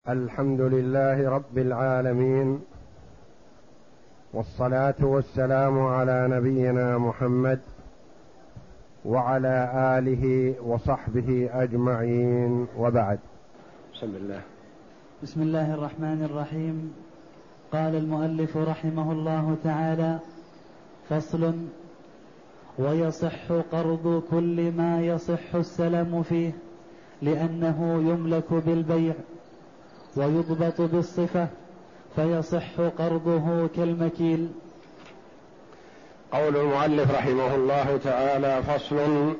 الحمد لله رب العالمين، والصلاة والسلام على نبينا محمد وعلى آله وصحبه أجمعين، وبعد. بسم الله الرحمن الرحيم. قال المؤلف رحمه الله تعالى: فصل: ويصح قرض كل ما يصح السلم فيه، لأنه يملك بالبيع ويضبط بالصفة، فيصح قرضه كالمكيل. قول المؤلف رحمه الله تعالى: فصل: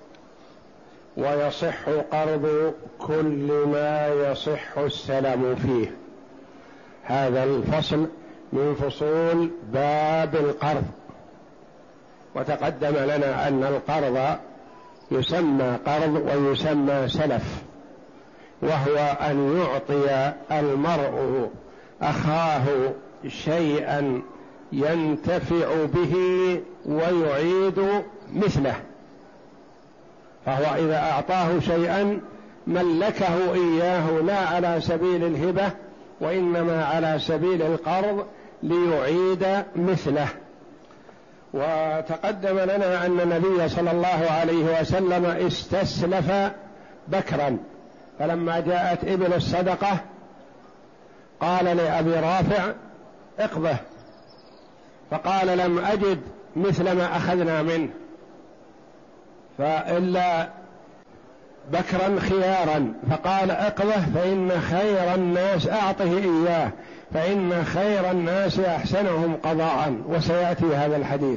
ويصح قرض كل ما يصح السلم فيه. هذا الفصل من فصول باب القرض، وتقدم لنا أن القرض يسمى قرض ويسمى سلف، وهو أن يعطي المرء أخاه شيئا ينتفع به ويعيد مثله، فهو إذا أعطاه شيئا ملكه إياه لا على سبيل الهبة، وإنما على سبيل القرض ليعيد مثله. وتقدم لنا أن النبي صلى الله عليه وسلم استسلف بكرا، فلما جاءت إبل الصدقة قال لأبي رافع: اقضه، فقال: لم أجد مثل ما أخذنا منه، فإلا بكرا خيارا، فقال: اقضه فإن خير الناس أعطه إياه، فإن خير الناس أحسنهم قضاء، وسيأتي هذا الحديث.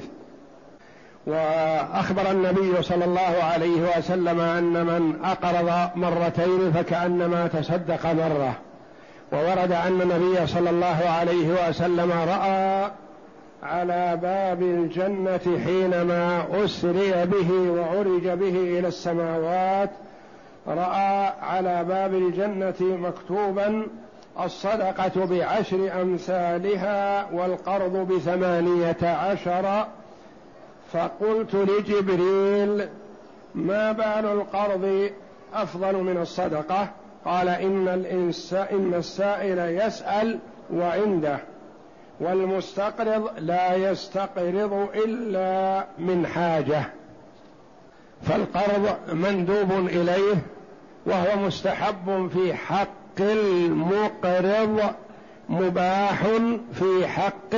وأخبر النبي صلى الله عليه وسلم أن من أقرض مرتين فكأنما تصدق مرة. وورد أن النبي صلى الله عليه وسلم رأى على باب الجنة حينما أسري به وعرج به إلى السماوات، رأى على باب الجنة مكتوبا: الصدقة ب10 أمثالها والقرض ب18. فقلت لجبريل: ما بال القرض أفضل من الصدقة؟ قال: إن السائل يسأل وعنده، والمستقرض لا يستقرض إلا من حاجة. فالقرض مندوب إليه، وهو مستحب في حق المقرض، مباح في حق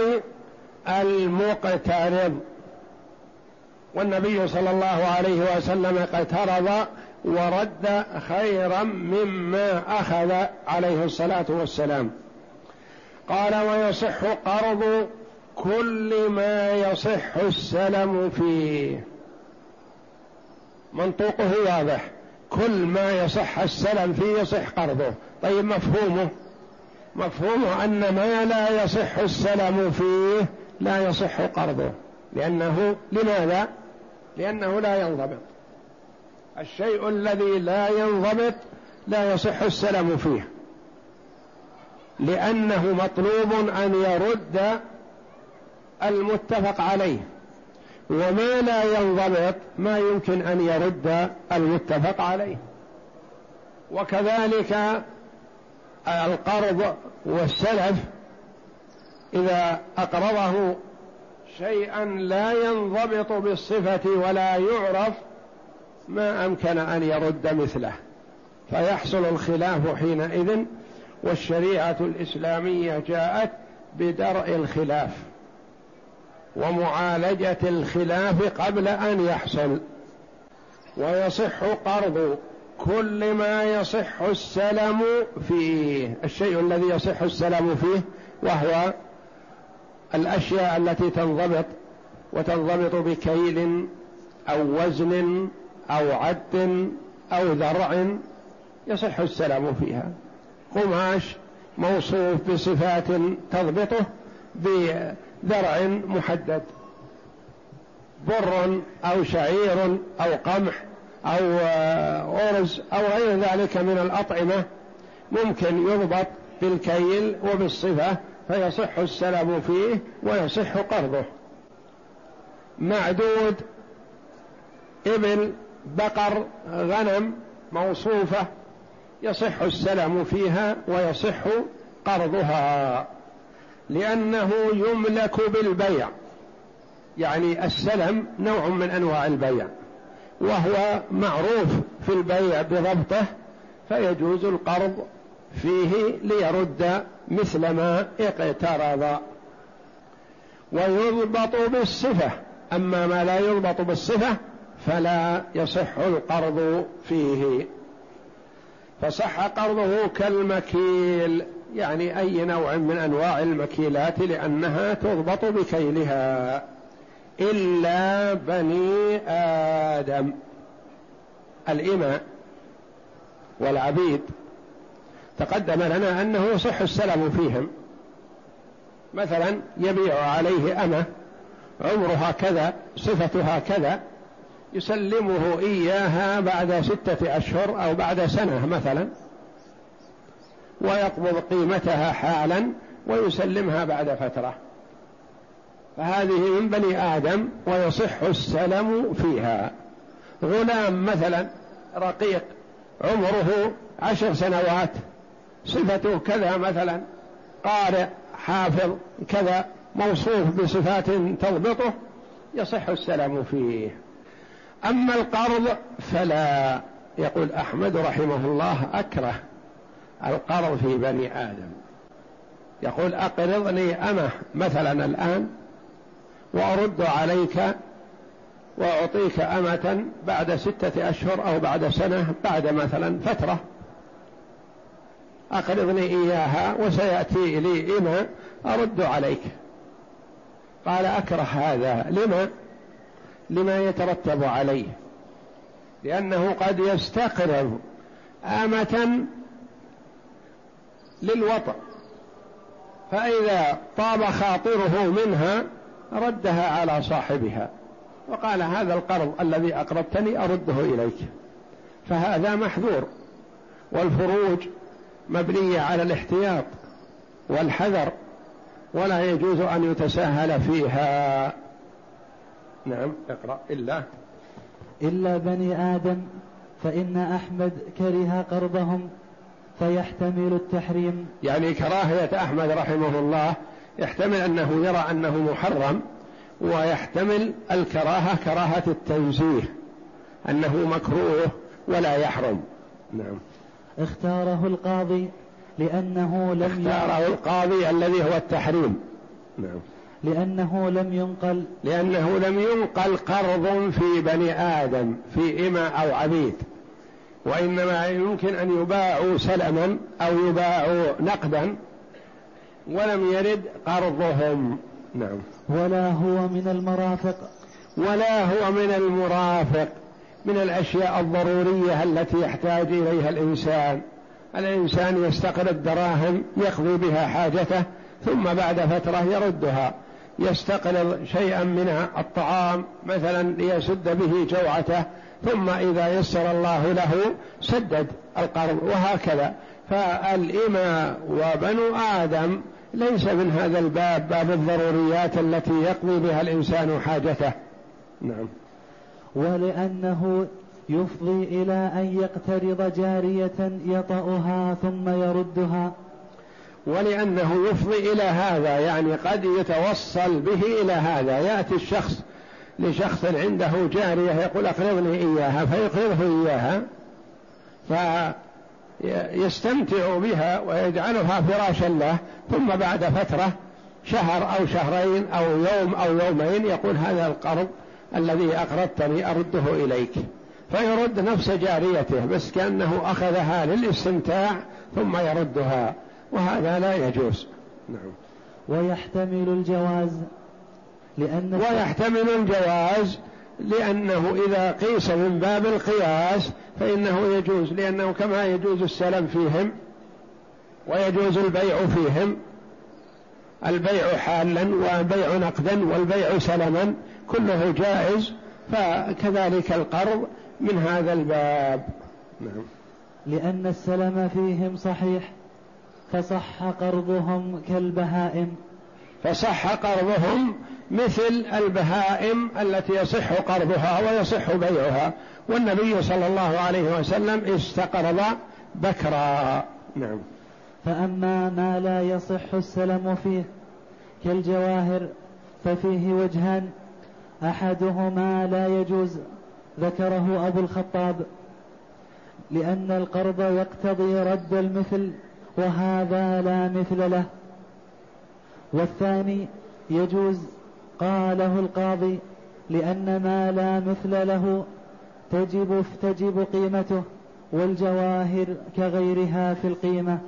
المقترض. والنبي صلى الله عليه وسلم اقترض ورد خيرا مما أخذ عليه الصلاة والسلام. قال: ويصح قرض كل ما يصح السلم فيه. منطوقه واضح، كل ما يصح السلم فيه يصح قرضه. طيب، مفهومه أن ما لا يصح السلم فيه لا يصح قرضه، لماذا؟ لأنه لا ينضبط. الشيء الذي لا ينضبط لا يصح السلم فيه، لأنه مطلوب أن يرد المتفق عليه، وما لا ينضبط ما يمكن أن يرد المتفق عليه. وكذلك القرض والسلف، إذا أقرضه شيئا لا ينضبط بالصفة ولا يعرف ما أمكن أن يرد مثله، فيحصل الخلاف حينئذ. والشريعة الإسلامية جاءت بدرء الخلاف ومعالجة الخلاف قبل أن يحصل. ويصح قرض كل ما يصح السلم فيه. الشيء الذي يصح السلم فيه وهو الأشياء التي تنضبط بكيل أو وزن أو عد أو ذرع، يصح السلم فيها. قماش موصوف بصفات تضبطه بذرع محدد، بر أو شعير أو قمح أو أرز أو غير ذلك من الأطعمة، ممكن يضبط بالكيل وبالصفة، فيصح السلم فيه ويصح قرضه. معدود، إبل، بقر، غنم موصوفة يصح السلم فيها ويصح قرضها، لأنه يملك بالبيع، يعني السلم نوع من أنواع البيع وهو معروف في البيع بضبطه، فيجوز القرض فيه ليرد مثل ما اقترض. ويضبط بالصفة، أما ما لا يضبط بالصفة فلا يصح القرض فيه. فصح قرضه كالمكيل، يعني أي نوع من أنواع المكيلات لأنها تضبط بكيلها، إلا بني آدم، الإماء والعبيد تقدم لنا أنه يصح السلم فيهم. مثلا يبيع عليه أمة عمرها كذا صفتها كذا، يسلمه إياها بعد 6 أشهر أو بعد سنة مثلا، ويقبض قيمتها حالا ويسلمها بعد فترة، فهذه من بني آدم ويصح السلم فيها. غلام مثلا رقيق عمره 10 سنوات، صفته كذا مثلا، قارئ حافظ كذا، موصوف بصفات تضبطه، يصح السلم فيه. أما القرض فلا. يقول أحمد رحمه الله أكره القرض في بني آدم، يقول أقرضني أمه مثلا الآن وأرد عليك وأعطيك أمة بعد 6 أشهر أو بعد سنة، بعد مثلا فترة أقرضني إياها وسيأتي لي إما أرد عليك. قال أكره هذا. لما يترتب عليه؟ لأنه قد يستقرض أمة للوطأ، فإذا طاب خاطره منها ردها على صاحبها وقال هذا القرض الذي أقرضتني أرده إليك، فهذا محذور. والفروج مبنية على الاحتياط والحذر، ولا يجوز أن يتساهل فيها. نعم اقرأ. إلا بني آدم فإن أحمد كره قرضهم فيحتمل التحريم. يعني كراهية أحمد رحمه الله يحتمل أنه يرى أنه محرم، ويحتمل الكراهة كراهة التنزيه أنه مكروه ولا يحرم. نعم. اختاره القاضي لأنه اختاره القاضي الذي هو التحريم. نعم. لأنه لم ينقل قرض في بني آدم في إماء أو عبيد، وإنما يمكن أن يباعوا سلما أو يباعوا نقدا، ولم يرد قرضهم. نعم. ولا هو من المرافق من الأشياء الضرورية التي يحتاج إليها الإنسان يستقرض دراهم يقضي بها حاجته ثم بعد فترة يردها، يستقرض شيئا من الطعام مثلا ليسد به جوعته، ثم إذا يسر الله له سدد القرض، وهكذا. فالإماء وبنو آدم ليس من هذا الباب، باب الضروريات التي يقضي بها الإنسان حاجته. نعم. ولأنه يفضي إلى أن يقترض جارية يطأها ثم يردها. ولأنه يفضي إلى هذا، يعني قد يتوصل به إلى هذا. يأتي الشخص لشخص عنده جارية يقول أقرضني إياها، فيقرضه إياها فيستمتع بها ويجعلها فراشا له، ثم بعد فترة شهر أو شهرين أو يوم أو يومين يقول هذا القرض الذي أقرضتني أرده إليك، فيرد نفس جاريته بس كأنه أخذها للاستمتاع ثم يردها، وهذا لا يجوز. نعم. ويحتمل الجواز لأنه إذا قيس من باب القياس فإنه يجوز، لأنه كما يجوز السلم فيهم ويجوز البيع فيهم، البيع حالا والبيع نقدا والبيع سلما كله جائز، فكذلك القرض من هذا الباب. نعم. لأن السلم فيهم صحيح فصح قرضهم كالبهائم. فصح قرضهم مثل البهائم التي يصح قرضها ويصح بيعها. والنبي صلى الله عليه وسلم استقرض بكرا. نعم. فأما ما لا يصح السلم فيه كالجواهر ففيه وجهان، أحدهما لا يجوز ذكره أبو الخطاب لأن القرض يقتضي رد المثل وهذا لا مثل له، والثاني يجوز قاله القاضي لأن ما لا مثل له تجب قيمته والجواهر كغيرها في القيمة.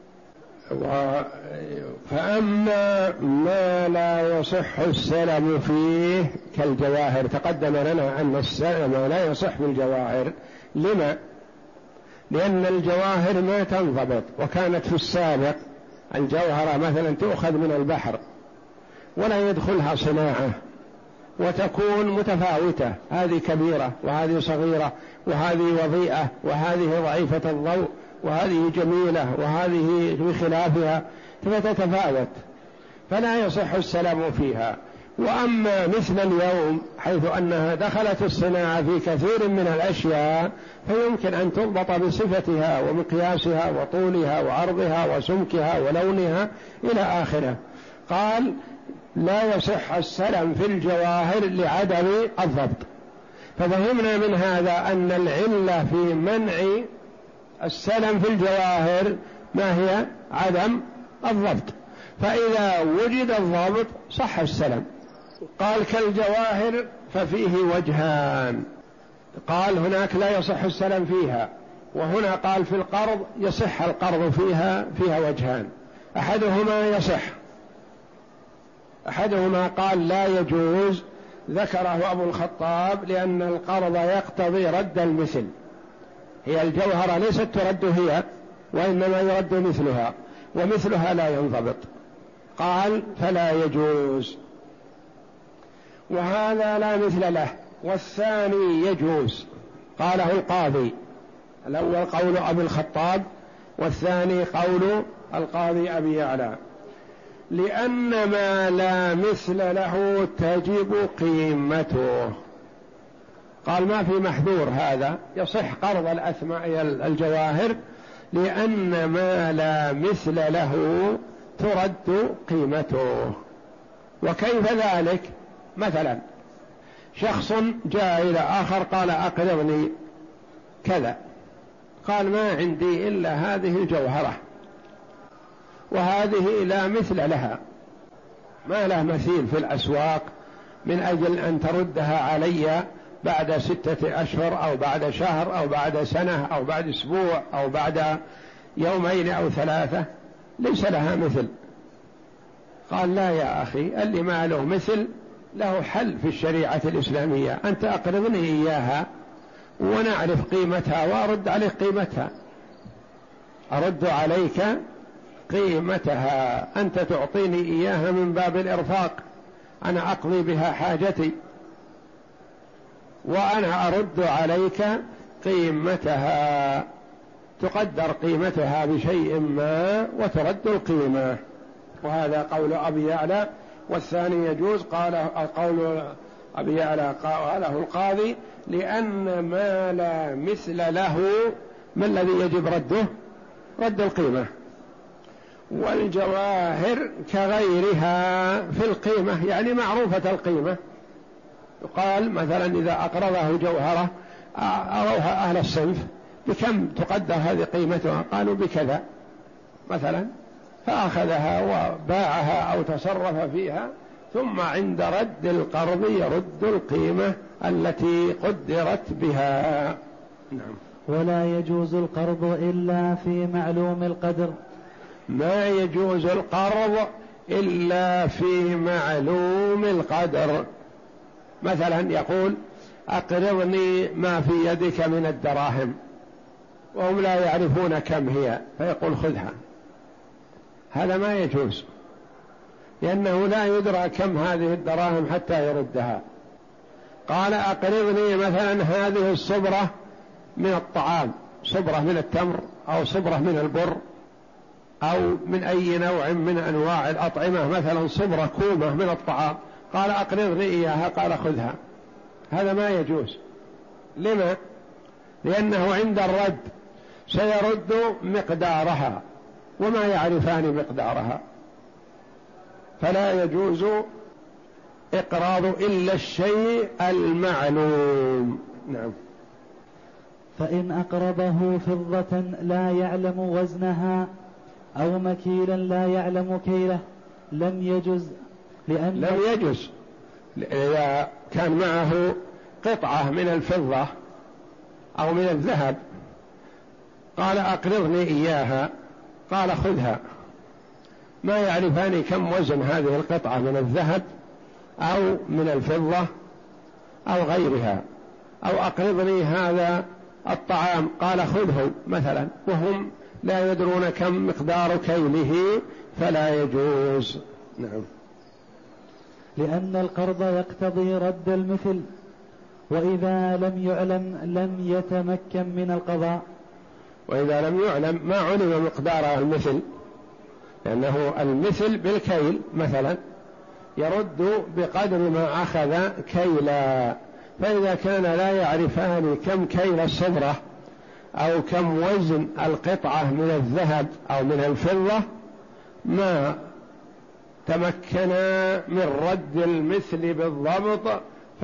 فأما ما لا يصح السلم فيه كالجواهر، تقدم لنا أن السلم لا يصح بالجواهر. لما؟ لأن الجواهر ما تنضبط، وكانت في السابق الجوهرة مثلا تؤخذ من البحر ولا يدخلها صناعة وتكون متفاوتة، هذه كبيرة وهذه صغيرة وهذه وضيئة وهذه ضعيفة الضوء وهذه جميلة وهذه بخلافها، فتتفاوت فلا يصح السلام فيها. وأما مثل اليوم حيث أنها دخلت الصناعة في كثير من الأشياء فيمكن أن تضبط بصفتها ومقياسها وطولها وعرضها وسمكها ولونها إلى آخره. قال لا يصح السلم في الجواهر لعدم الضبط. ففهمنا من هذا أن العلة في منع السلم في الجواهر ما هي؟ عدم الضبط. فإذا وجد الضبط صح السلم. قال كالجواهر ففيه وجهان، قال هناك لا يصح السلم فيها، وهنا قال في القرض يصح القرض فيها وجهان، أحدهما يصح، أحدهما قال لا يجوز ذكره أبو الخطاب لأن القرض يقتضي رد المثل. هي الجوهرة ليست ترد هي، وإنما يرد مثلها، ومثلها لا ينضبط. قال فلا يجوز، وهذا لا مثل له. والثاني يجوز، قاله القاضي. الأول قول أبي الخطاب، والثاني قول القاضي أبي يعلى، لأن ما لا مثل له تجب قيمته. قال ما في محذور، هذا يصح قرض الأثماء الجواهر لأن ما لا مثل له ترد قيمته. وكيف ذلك؟ مثلا شخص جاء إلى آخر قال أقرضني كذا، قال ما عندي إلا هذه الجوهرة وهذه لا مثل لها، ما له مثيل في الأسواق، من أجل أن تردها علي بعد 6 أشهر أو بعد شهر أو بعد سنة أو بعد أسبوع أو بعد يومين أو 3، ليس لها مثل. قال لا يا أخي، اللي ما له مثل له حل في الشريعة الإسلامية، أنت أقرضني إياها ونعرف قيمتها وأرد عليك قيمتها، أرد عليك قيمتها، أنت تعطيني إياها من باب الإرفاق، أنا أقضي بها حاجتي وأنا أرد عليك قيمتها، تقدر قيمتها بشيء ما وترد القيمة. وهذا قول أبي يعلى. والثاني يجوز، قال قول أبي يعلى قاله القاضي لأن ما لا مثل له، ما الذي يجب رده؟ رد القيمة. والجواهر كغيرها في القيمة، يعني معروفة القيمة. يقال مثلا إذا أقرضه جوهرة أروها أهل الصنف بكم تقدر هذه قيمتها؟ قالوا بكذا مثلا، فأخذها وباعها أو تصرف فيها، ثم عند رد القرض يرد القيمة التي قدرت بها. نعم. ولا يجوز القرض إلا في معلوم القدر. ما يجوز القرض إلا في معلوم القدر. مثلا يقول أقرضني ما في يدك من الدراهم، وهم لا يعرفون كم هي، فيقول خذها، هذا ما يجوز، لأنه لا يدرى كم هذه الدراهم حتى يردها. قال أقرضني مثلا هذه الصبرة من الطعام، صبرة من التمر أو صبرة من البر أو من أي نوع من أنواع الأطعمة، مثلا صبرة كومة من الطعام، قال أقرضني إياها، قال خذها، هذا ما يجوز. لما؟ لأنه عند الرد سيرد مقدارها وما يعرفان مقدارها، فلا يجوز إقراض إلا الشيء المعلوم. نعم. فإن أقرضه فضة لا يعلم وزنها أو مكيلا لا يعلم كيله لم يجز، لم يجز إذا كان معه قطعة من الفضة أو من الذهب قال أقرضني إياها، قال خذها، ما يعرفان كم وزن هذه القطعة من الذهب أو من الفضة أو غيرها، أو أقرضني هذا الطعام، قال خذه مثلا، وهم لا يدرون كم مقدار كيله، فلا يجوز. نعم. لأن القرض يقتضي رد المثل، وإذا لم يعلم لم يتمكن من القضاء. وإذا لم يعلم ما علم مقدار المثل، لأنه المثل بالكيل مثلا يرد بقدر ما أخذ كيلا، فإذا كان لا يعرفان كم كيل الصبرة أو كم وزن القطعة من الذهب أو من الفضة ما تمكنا من رد المثل بالضبط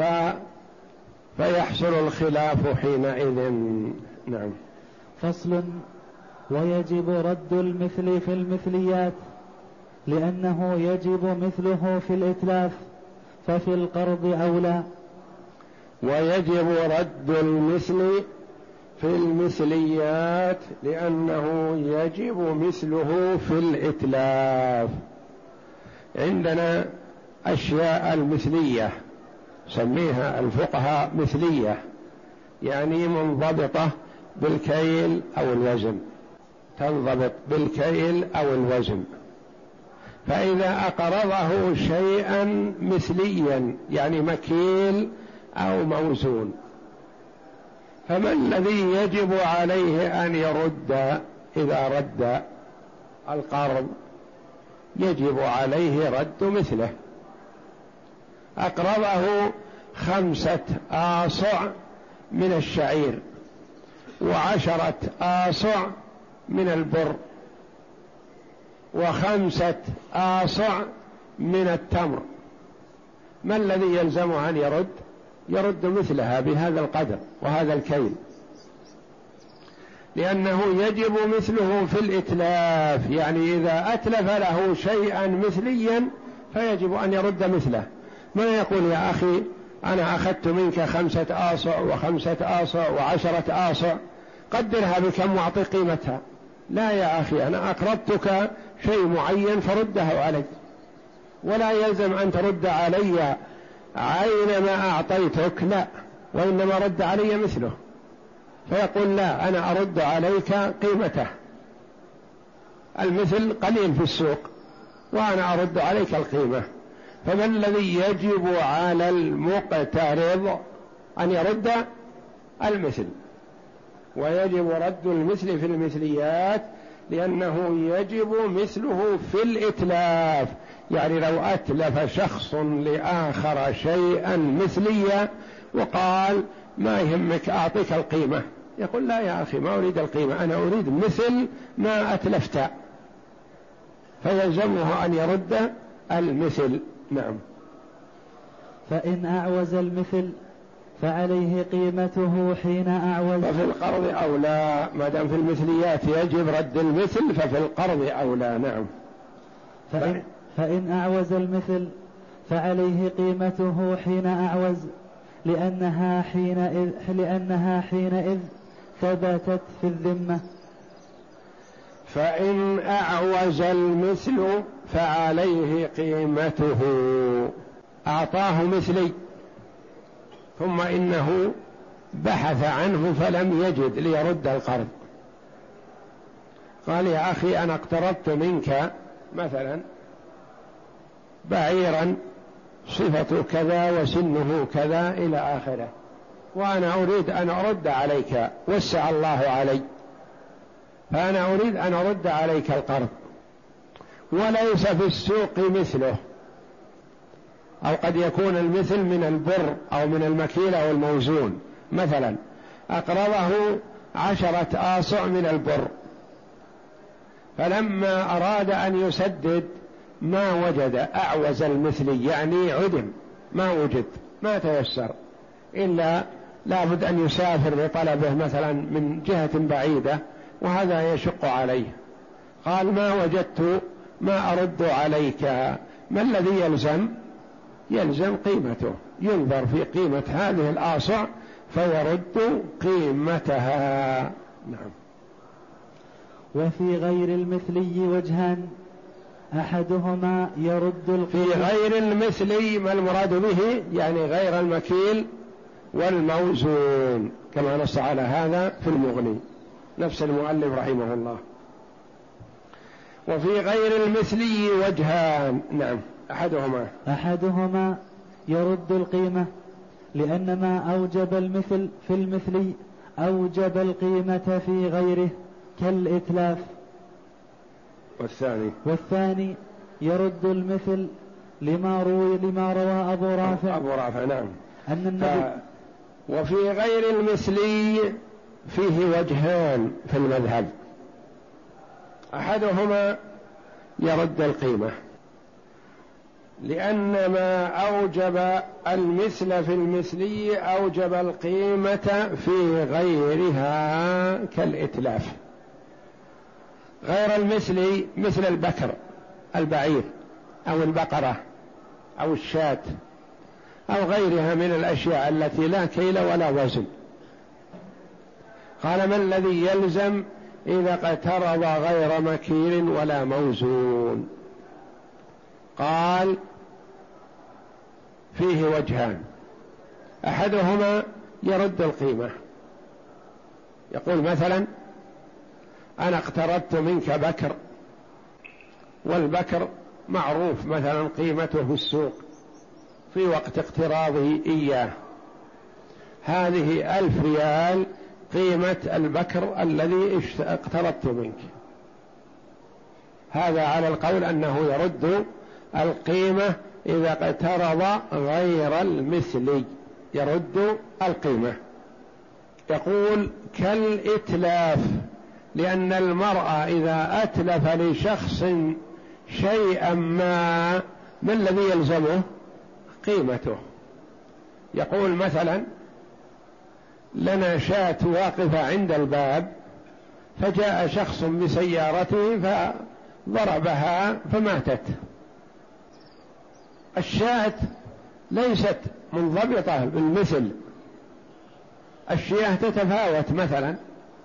فيحصل الخلاف حينئذ. نعم. فصل. ويجب رد المثل في المثليات لأنه يجب مثله في الإتلاف، ففي القرض أولى. ويجب رد المثل في المثليات لأنه يجب مثله في الإتلاف. عندنا أشياء المثلية سميها الفقهاء مثلية، يعني منضبطة بالكيل أو الوزن، تنضبط بالكيل أو الوزن. فإذا أقرضه شيئا مثليا يعني مكيل أو موزون، فما الذي يجب عليه أن يرد؟ إذا رد القرض يجب عليه رد مثله. أقرضه 5 آصع من الشعير و10 آصع من البر و5 آصع من التمر، ما الذي يلزم أن يرد؟ يرد مثلها بهذا القدر وهذا الكيل، لأنه يجب مثله في الإتلاف، يعني إذا أتلف له شيئا مثليا فيجب أن يرد مثله. ما يقول يا أخي أنا أخذت منك 5 آصع و5 آصع و10 آصع قدرها بكم واعطي قيمتها. لا يا أخي، أنا أقرضتك شيء معين فرده علي، ولا يلزم أن ترد علي عين ما أعطيتك، لا، وإنما رد علي مثله. فيقول لا، أنا أرد عليك قيمته، المثل قليل في السوق وأنا أرد عليك القيمة. فما الذي يجب على المقترض؟ أن يرد المثل. ويجب رد المثل في المثليات لأنه يجب مثله في الإتلاف، يعني لو أتلف شخص لآخر شيئا مثليا وقال ما يهمك أعطيك القيمة، يقول لا يا أخي ما أريد القيمة، أنا أريد مثل ما أتلفت، فيلزمه أن يرد المثل. نعم. فإن أعوز المثل فعليه قيمته حين أعوز. ففي القرض أولى، ما دام في المثليات يجب رد المثل ففي القرض أولى. نعم. فإن أعوز المثل فعليه قيمته حين أعوز لأنها حينئذ ثبتت في الذمة. فإن أعوز المثل فعليه قيمته، أعطاه مثلي ثم إنه بحث عنه فلم يجد ليرد القرض، قال يا أخي أنا اقترضت منك مثلا بعيرا صفة كذا وسنه كذا إلى آخره، وأنا أريد أن أرد عليك، وسع الله علي، فأنا أريد أن أرد عليك القرض وليس في السوق مثله، أو قد يكون المثل من البر أو من المكيل أو الموزون، مثلا أقرضه 10 آصع من البر، فلما أراد أن يسدد ما وجد أعوز المثلي، يعني عدم، ما وجد، ما تيسر، إلا لابد أن يسافر لطلبه مثلا من جهة بعيدة، وهذا يشق عليه. قال ما وجدت ما أرد عليك، ما الذي يلزم؟ يلزم قيمته، ينظر في قيمة هذه الآصع فيرد قيمتها. نعم. وفي غير المثلي وجهان، أحدهما يرد في غير المثلي ما المراد به؟ يعني غير المكيل والموزون، كما نص على هذا في المغني نفس المؤلف رحمه الله. وفي غير المثلي وجهان، نعم، أحدهما يرد القيمة، لأن ما أوجب المثل في المثلي أوجب القيمة في غيره كالإتلاف. والثاني يرد المثل لما روى أبو رافع نعم أن النبي. وفي غير المثلي فيه وجهان في المذهب، أحدهما يرد القيمة، لأن ما أوجب المثل في المثلي أوجب القيمة في غيرها كالإتلاف. غير المثلي مثل البكر، البعير أو البقرة أو الشاة أو غيرها من الأشياء التي لا كيل ولا وزن. قال ما الذي يلزم إذا اقترض غير مكيل ولا موزون؟ قال فيه وجهان، أحدهما يرد القيمة، يقول مثلا أنا اقترضت منك بكر، والبكر معروف مثلا قيمته في السوق في وقت اقتراضه إياه، هذه 1000 ريال قيمة البكر الذي اقترضت منك. هذا على القول أنه يرد القيمة إذا اقترض غير المثلي، يرد القيمة. يقول كالإتلاف، لأن المرأة إذا أتلف لشخص شيئا ما الذي يلزمه؟ قيمته. يقول مثلا لنا شاة واقفة عند الباب، فجاء شخص بسيارته فضربها فماتت. الشاة ليست منضبطة بالمثل، الشياه تتفاوت مثلا،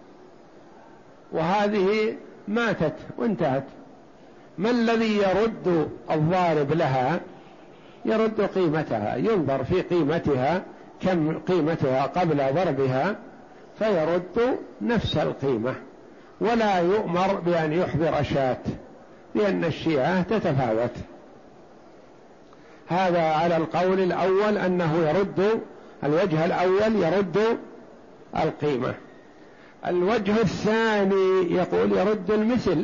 وهذه ماتت وانتهت. ما الذي يرد الضارب لها؟ يرد قيمتها، ينظر في قيمتها كم قيمتها قبل ضربها فيرد نفس القيمة، ولا يؤمر بأن يحضر شاة لأن الشياه تتفاوت. هذا على القول الأول أنه يرد، الوجه الأول يرد القيمة. الوجه الثاني يقول يرد المثل،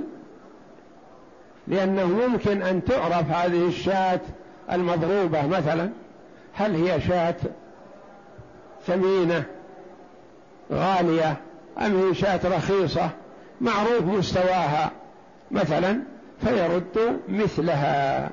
لأنه ممكن أن تعرف هذه الشاة المضروبة مثلا هل هي شاة ثمينة غالية أم هي شاة رخيصة، معروف مستواها مثلا، فيرد مثلها.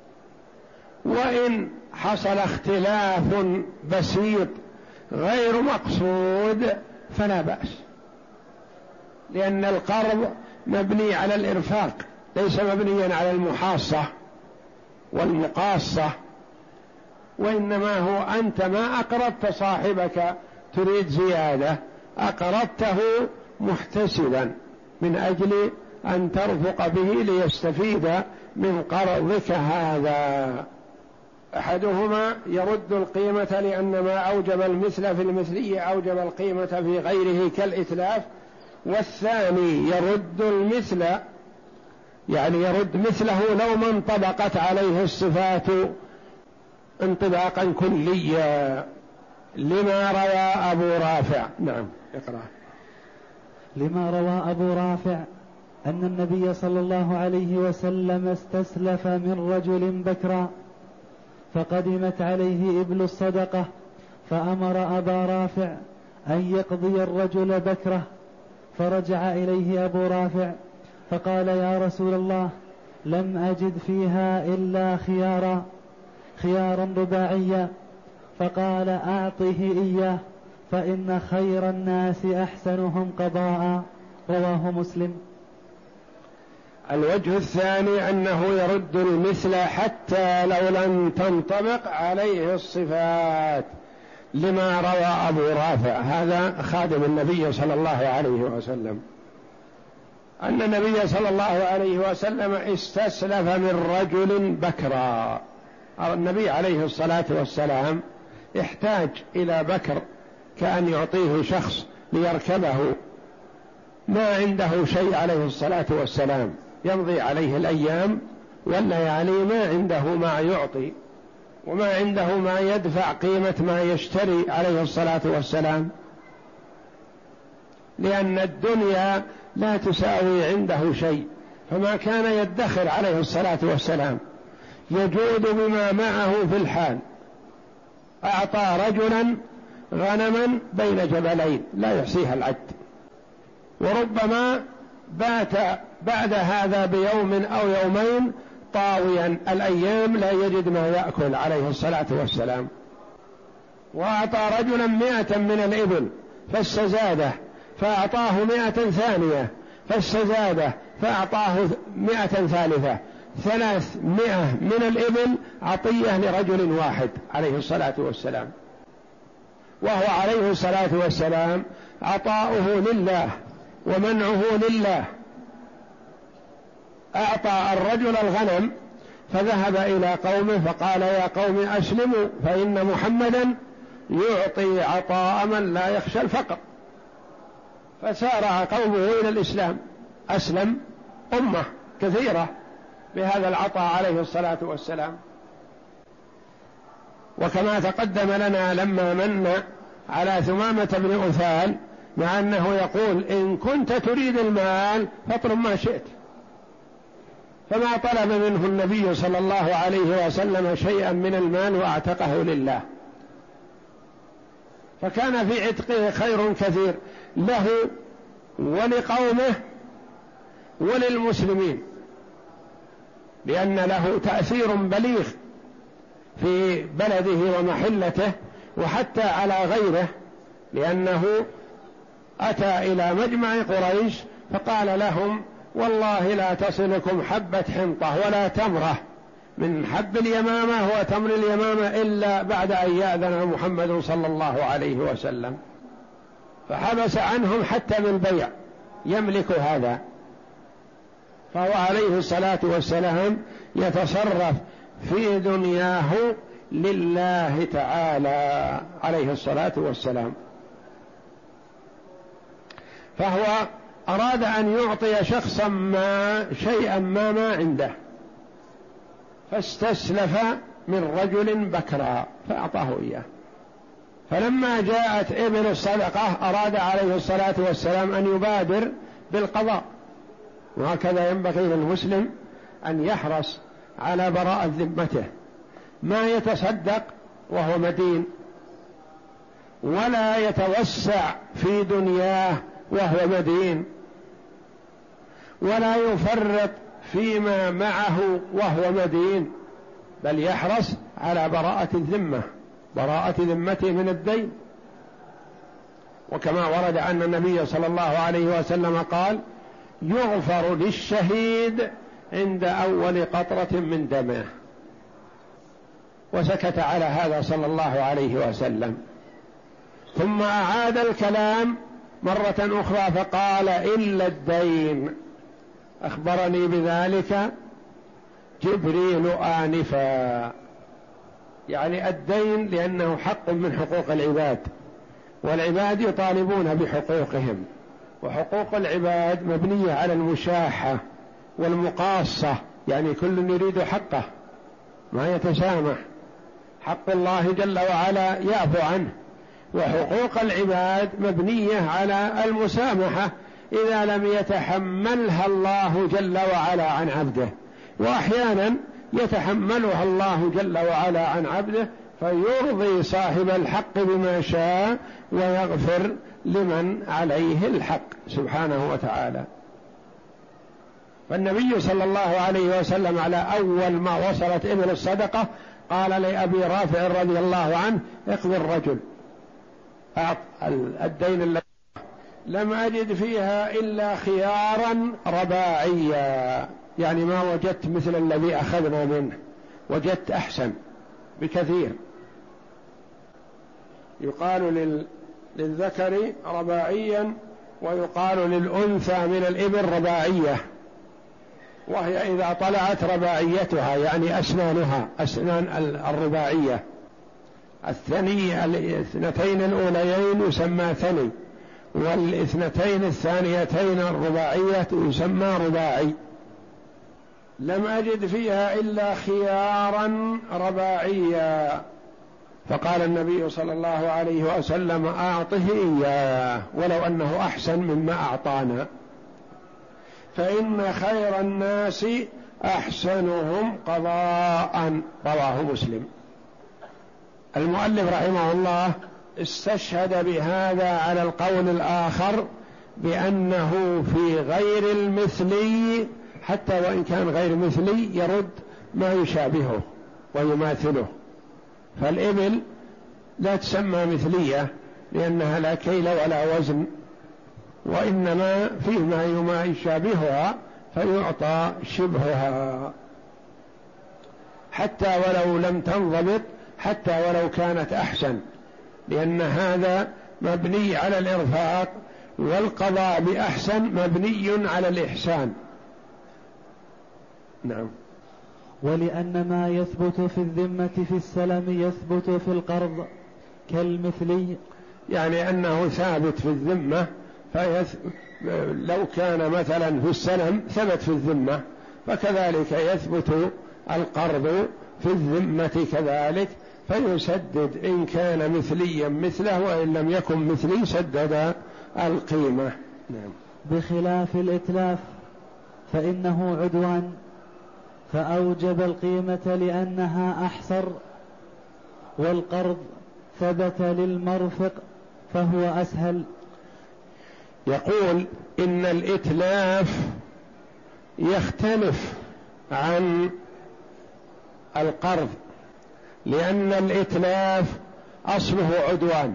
وإن حصل اختلاف بسيط غير مقصود فلا بأس، لأن القرض مبني على الإرفاق ليس مبنيا على المحاصة والمقاصة، وإنما هو أنت ما أقرضت صاحبك تريد زيادة، أقرضته محتسبا من أجل أن ترفق به ليستفيد من قرضك هذا. أحدهما يرد القيمة لأن ما أوجب المثل في المثلي أوجب القيمة في غيره كالإتلاف. والثاني يرد المثل، يعني يرد مثله لو ما انطبقت عليه الصفات انطباقا كليا، لما روى أبو رافع. نعم اقرأ. لما روى أبو رافع أن النبي صلى الله عليه وسلم استسلف من رجل بكرا، فقدمت عليه إبل الصدقة، فأمر أبا رافع أن يقضي الرجل بكره فرجع إليه أبو رافع فقال: يا رسول الله، لم أجد فيها إلا خيارا رباعيا. فقال: أعطه إياه، فإن خير الناس أحسنهم قضاء. رواه مسلم. الوجه الثاني أنه يرد المثل حتى لو لم تنطبق عليه الصفات، لما روى أبو رافع هذا خادم النبي صلى الله عليه وسلم أن النبي صلى الله عليه وسلم استسلف من رجل بكرا. النبي عليه الصلاة والسلام احتاج إلى بكر كأن يعطيه شخص ليركبه، ما عنده شيء عليه الصلاة والسلام، يمضي عليه الأيام والليالي ما عنده ما يعطي وما عنده ما يدفع قيمة ما يشتري عليه الصلاة والسلام، لأن الدنيا لا تساوي عنده شيء، فما كان يدخر عليه الصلاة والسلام، يجود بما معه في الحال. أعطى رجلا غنما بين جبلين لا يحصيها العد، وربما بات بعد هذا بيوم أو يومين طاويا الأيام لا يجد ما يأكل عليه الصلاة والسلام. وأعطى رجلا 100 من الإبل فاستزاده، فأعطاه 100 ثانية فاستزاده، فأعطاه 100 ثالثة، 300 من الإبل عطية لرجل واحد عليه الصلاة والسلام. وهو عليه الصلاة والسلام عطاؤه لله ومنعه لله. أعطى الرجل الغنم فذهب إلى قومه فقال: يا قوم أسلموا فإن محمدا يعطي عطاء من لا يخشى الفقر. فسارع قومه إلى الإسلام، أسلم أمة كثيرة بهذا العطاء عليه الصلاة والسلام. وكما تقدم لنا لما من على ثمامة بن أثال، مع أنه يقول: إن كنت تريد المال فاطلب ما شئت، فما طلب منه النبي صلى الله عليه وسلم شيئا من المال واعتقه لله، فكان في عتقه خير كثير له ولقومه وللمسلمين، لأن له تأثير بليغ في بلده ومحلته وحتى على غيره، لأنه أتى إلى مجمع قريش فقال لهم: والله لا تصلكم حبة حنطة ولا تمرة من حب اليمامة وتمر اليمامة إلا بعد أن يأذن محمد صلى الله عليه وسلم. فحبس عنهم حتى بالبيع يملك هذا، فهو عليه الصلاة والسلام يتصرف في دنياه لله تعالى عليه الصلاة والسلام. فهو أراد أن يعطي شخصا ما شيئا ما عنده، فاستسلف من رجل بكرا فأعطاه إياه. فلما جاءت ابن الصدقة أراد عليه الصلاة والسلام أن يبادر بالقضاء، وهكذا ينبغي للمسلم أن يحرص على براءة ذمته، ما يتصدق وهو مدين، ولا يتوسع في دنياه وهو مدين، ولا يفرط فيما معه وهو مدين، بل يحرص على براءة الذمة، براءة ذمته من الدين. وكما ورد أن النبي صلى الله عليه وسلم قال: يغفر للشهيد عند أول قطرة من دمه. وسكت على هذا صلى الله عليه وسلم، ثم أعاد الكلام مرة أخرى فقال: إلا الدين، أخبرني بذلك جبريل آنفا. يعني الدين لأنه حق من حقوق العباد، والعباد يطالبون بحقوقهم، وحقوق العباد مبنية على المشاحة والمقاصة، يعني كل يريد حقه ما يتسامح. حق الله جل وعلا يعفو عنه، وحقوق العباد مبنية على المسامحة إذا لم يتحملها الله جل وعلا عن عبده، وأحيانا يتحملها الله جل وعلا عن عبده فيرضي صاحب الحق بما شاء ويغفر لمن عليه الحق سبحانه وتعالى. فالنبي صلى الله عليه وسلم على أول ما وصلت إبل الصدقة قال لأبي رافع رضي الله عنه: اقض الرجل الدين الذي لم أجد فيها إلا خيارا رباعيا، يعني ما وجدت مثل الذي أخذنا منه، وجدت أحسن بكثير. يقال للذكر رباعيا ويقال للأنثى من الإبل رباعية، وهي إذا طلعت رباعيتها يعني أسنانها أسنان الرباعية. الثني الاثنتين الأوليين يسمى ثني، والاثنتين الثانيتين الرباعية يسمى رباعي. لم أجد فيها إلا خيارا رباعيا، فقال النبي صلى الله عليه وسلم: أعطه إياه ولو أنه أحسن مما أعطانا، فإن خير الناس أحسنهم قضاء. رواه مسلم. المؤلف رحمه الله استشهد بهذا على القول الآخر بأنه في غير المثلي، حتى وإن كان غير مثلي يرد ما يشابهه ويماثله. فالإبل لا تسمى مثلية لأنها لا كيل ولا وزن، وإنما فيه ما يشابهها فيعطى شبهها حتى ولو لم تنضبط، حتى ولو كانت أحسن، لأن هذا مبني على الإرفاق، والقضاء بأحسن مبني على الإحسان. نعم. ولأن ما يثبت في الذمة في السلم يثبت في القرض كالمثلي، يعني أنه ثابت في الذمة، لو كان مثلا في السلم ثبت في الذمة، فكذلك يثبت القرض في الذمة كذلك، فيسدد إن كان مثليا مثله، وإن لم يكن مثلي سدد القيمة. نعم. بخلاف الإتلاف فإنه عدوان، فأوجب القيمة لأنها أحسر، والقرض ثبت للمرفق فهو أسهل. يقول إن الإتلاف يختلف عن القرض، لأن الإتلاف أصله عدوان،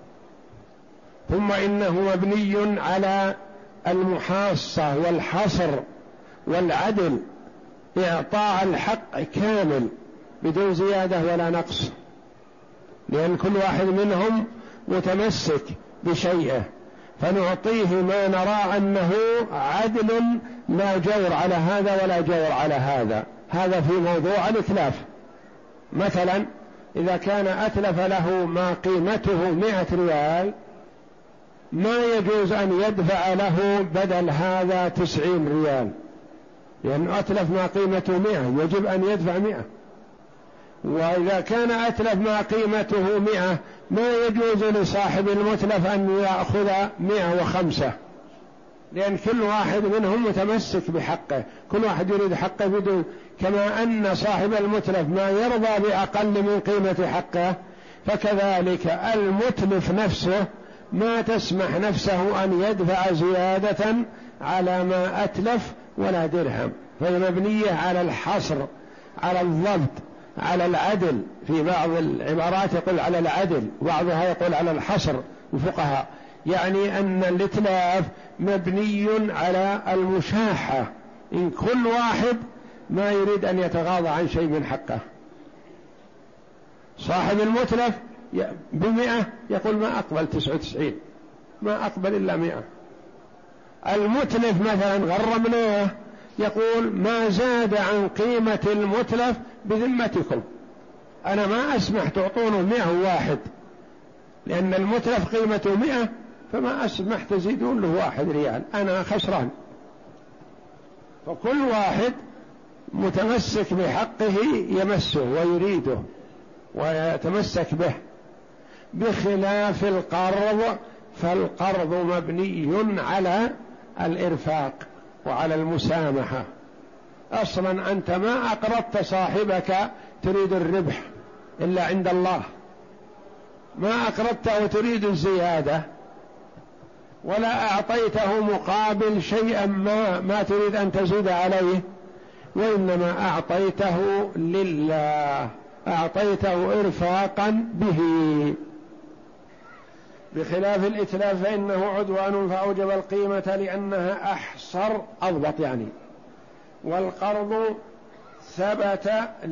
ثم إنه مبني على المحاصة والحصر والعدل، إعطاء الحق كامل بدون زيادة ولا نقص، لأن كل واحد منهم متمسك بشيئه، فنعطيه ما نرى أنه عدل، لا جور على هذا ولا جور على هذا. هذا في موضوع الإتلاف. مثلا إذا كان أتلف له ما قيمته 100 ريال، ما يجوز أن يدفع له بدل هذا 90 ريال، لأنه أتلف ما قيمته 100 يجب أن يدفع 100. وإذا كان أتلف ما قيمته 100 ما يجوز لصاحب المتلف أن يأخذ 105، لأن كل واحد منهم متمسك بحقه، كل واحد يريد حقه بدون. كما أن صاحب المتلف ما يرضى بأقل من قيمة حقه، فكذلك المتلف نفسه ما تسمح نفسه أن يدفع زيادة على ما أتلف ولا درهم، فهي مبنية على الحصر، على الضبط، على العدل. في بعض العبارات يقول على العدل، وبعضها يقول على الحصر الفقهاء، يعني أن الإتلاف مبني على المشاحة، إن كل واحد ما يريد أن يتغاضى عن شيء من حقه. صاحب المتلف ب100 يقول ما أقبل 99، ما أقبل إلا 100. المتلف مثلا غرمناه يقول ما زاد عن قيمة المتلف بذمتكم، أنا ما أسمح تعطونه 101، لأن المتلف قيمته 100، فما أسمح تزيدون له 1 ريال، أنا خسران. فكل واحد متمسك بحقه يمسه ويريده ويتمسك به، بخلاف القرض، فالقرض مبني على الإرفاق وعلى المسامحة. أصلا أنت ما أقرضت صاحبك تريد الربح، إلا عند الله، ما أقرضته تريد الزيادة ولا أعطيته مقابل شيئا ما تريد أن تزيد عليه، وإنما أعطيته لله، أعطيته إرفاقا به. بخلاف الإتلاف فإنه عدوان فأوجب القيمة لأنها أحصر أضبط يعني. والقرض ثبت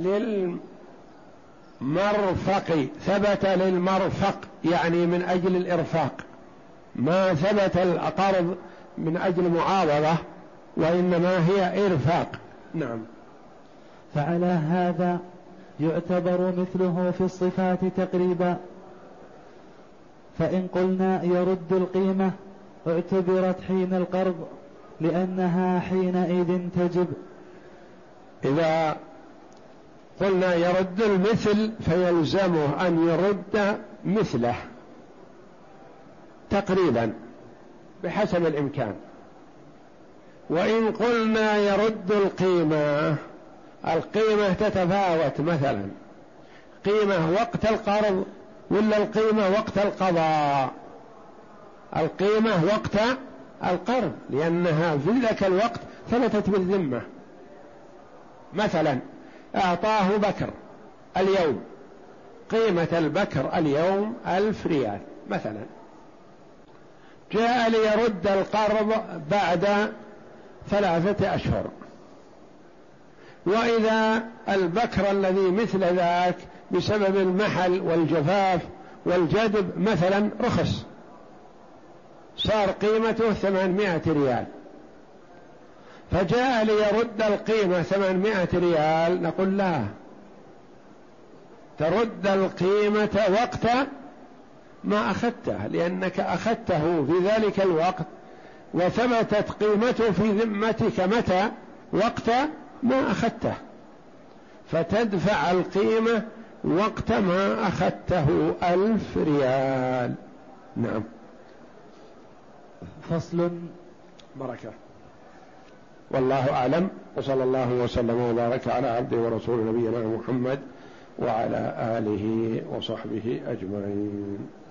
للمرفق يعني من أجل الإرفاق، ما ثبت القرض من أجل معاوضة، وإنما هي إرفاق. نعم. فعلى هذا يعتبر مثله في الصفات تقريبا، فإن قلنا يرد القيمة اعتبرت حين القرض لأنها حينئذ تجب. إذا قلنا يرد المثل فيلزمه أن يرد مثله تقريبا بحسب الإمكان. وإن قلنا يرد القيمة تتفاوت، مثلا قيمة وقت القرض ولا القيمة وقت القضاء؟ القيمة وقت القرض لأنها في ذاك الوقت ثبتت بالذمة. مثلا أعطاه بكر اليوم، قيمة البكر اليوم 1000 ريال مثلا، جاء ليرد القرض بعد 3 أشهر، وإذا البكر الذي مثل ذاك بسبب المحل والجفاف والجدب مثلا رخص، صار قيمته 800 ريال، فجاء ليرد القيمة 800 ريال، نقول لا، ترد القيمة وقت ما أخذته، لأنك أخذته في ذلك الوقت وثبتت قيمته في ذمتك متى؟ وقت ما أخذته، فتدفع القيمة وقت ما أخذته 1000 ريال. نعم. فصل. بركة. والله أعلم، وصلى الله وسلم وبارك على عبده ورسول نبينا محمد وعلى آله وصحبه أجمعين.